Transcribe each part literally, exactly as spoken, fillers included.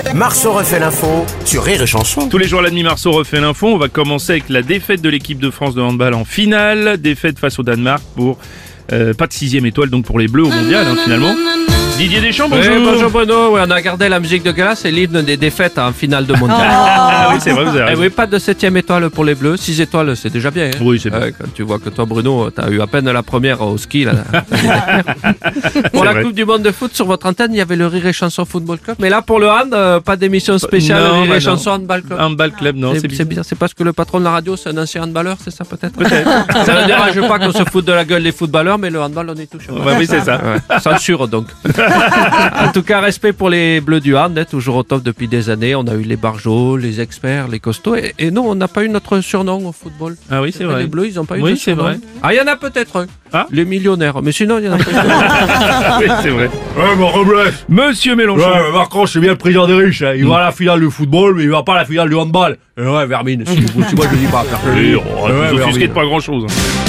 Marceau refait l'info sur Rire et Chanson. Tous les jours à la demi, Marceau refait l'info. On va commencer avec la défaite de l'équipe de France de handball en finale. Défaite face au Danemark pour euh, pas de sixième étoile donc pour les Bleus au mondial hein, finalement. Didier Deschamps, bonjour. Oui, bonjour Bruno, oui, on a gardé la musique de gala, c'est l'hymne des défaites en finale de mondial. Ah oui, c'est vrai, vous avez Eh raison. oui, pas de septième étoile pour les Bleus, six étoiles c'est déjà bien. Hein. Oui, c'est bien. Euh, quand tu vois que toi Bruno, t'as eu à peine la première au ski. Là, pour la vrai. Coupe du Monde de foot, sur votre antenne, il y avait le Rire et Chanson Football Club. Mais là, pour le hand, euh, pas d'émission spéciale Non, Rire bah et non. Chanson Handball Club. Handball club, non, C'est- c'est c'est bizarre. bizarre, c'est parce que le patron de la radio c'est un ancien handballeur, c'est ça peut-être Ça ne dérange pas qu'on se foute de la gueule des footballeurs, mais le handball on est touché. Ouais, oui, c'est ça. Ouais, censure donc. En tout cas, respect pour les Bleus du hand, hein, toujours au top depuis des années. On a eu les barjots, les experts, les costauds. Et, et non, on n'a pas eu notre surnom au football. Ah oui, c'est vrai. Les Bleus, ils n'ont pas eu Oui, de c'est surnom. vrai. Ah, il y en a peut-être un. Ah. Les millionnaires. Mais sinon, il y en a pas. Oui, c'est vrai. Ouais, mon Robles. Monsieur Mélenchon. Ouais, Macron, c'est bien le président des riches. Hein. Il va à la finale de football, mais il va pas à la finale du handball. Et ouais, Vermine, si, si moi je dis pas. Oui, on va Ouais, vous offusquer Vermine. de pas grand chose.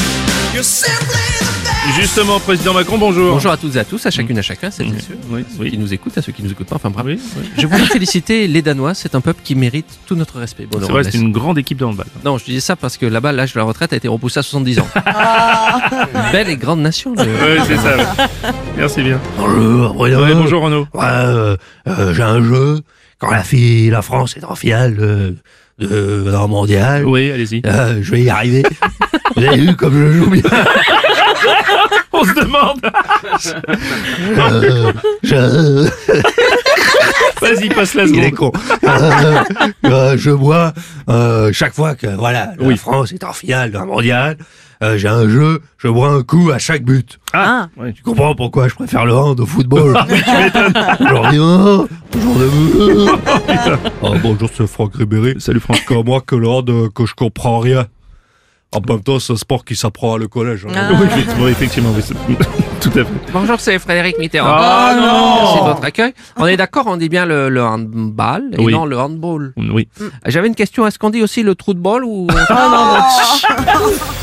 Justement, président Macron, bonjour. Bonjour à toutes et à tous, à chacune, à chacun, c'est bien sûr. Oui, Ceux qui oui. nous écoutent, à ceux qui nous écoutent pas. Enfin bref. Oui, oui. Je voulais féliciter les Danois. C'est un peuple qui mérite tout notre respect. Bruno C'est vrai, Robles. c'est une grande équipe de handball. Non, je disais ça parce que là-bas, l'âge de la retraite a été repoussé à soixante-dix ans. Belle et grande nation. le- Oui, c'est ça. Ouais. Merci bien. Bonjour, Bruno. Ouais, bonjour Renaud. Ouais, euh, euh, j'ai un jeu. Quand la fille, la France est en finale de, de, d'un mondial, Oui, allez-y. euh, je vais y arriver. Vous avez vu comme je joue bien. On se demande. Euh, je... Vas-y, passe la Il est seconde. con. Euh, euh, je bois euh, chaque fois que voilà, la Oui. France est en finale d'un mondial. Euh, j'ai un jeu, je bois un coup à chaque but. Ah, oui. Tu comprends pourquoi je préfère le hand au football. Aujourd'hui, oh, toujours debout. Ah, bonjour, c'est Franck Ribéry. Salut Franck. Comme moi, que le hand, euh, que je comprends rien. En même temps, c'est un sport qui s'apprend à le collège. hein. Oui, effectivement, effectivement, oui, c'est- tout à fait. Bonjour, c'est Frédéric Mitterrand. Ah non. Merci de votre accueil. On est d'accord, on dit bien le, le handball et Oui. non le handball. Oui. J'avais une question, est-ce qu'on dit aussi le trou de bol ou...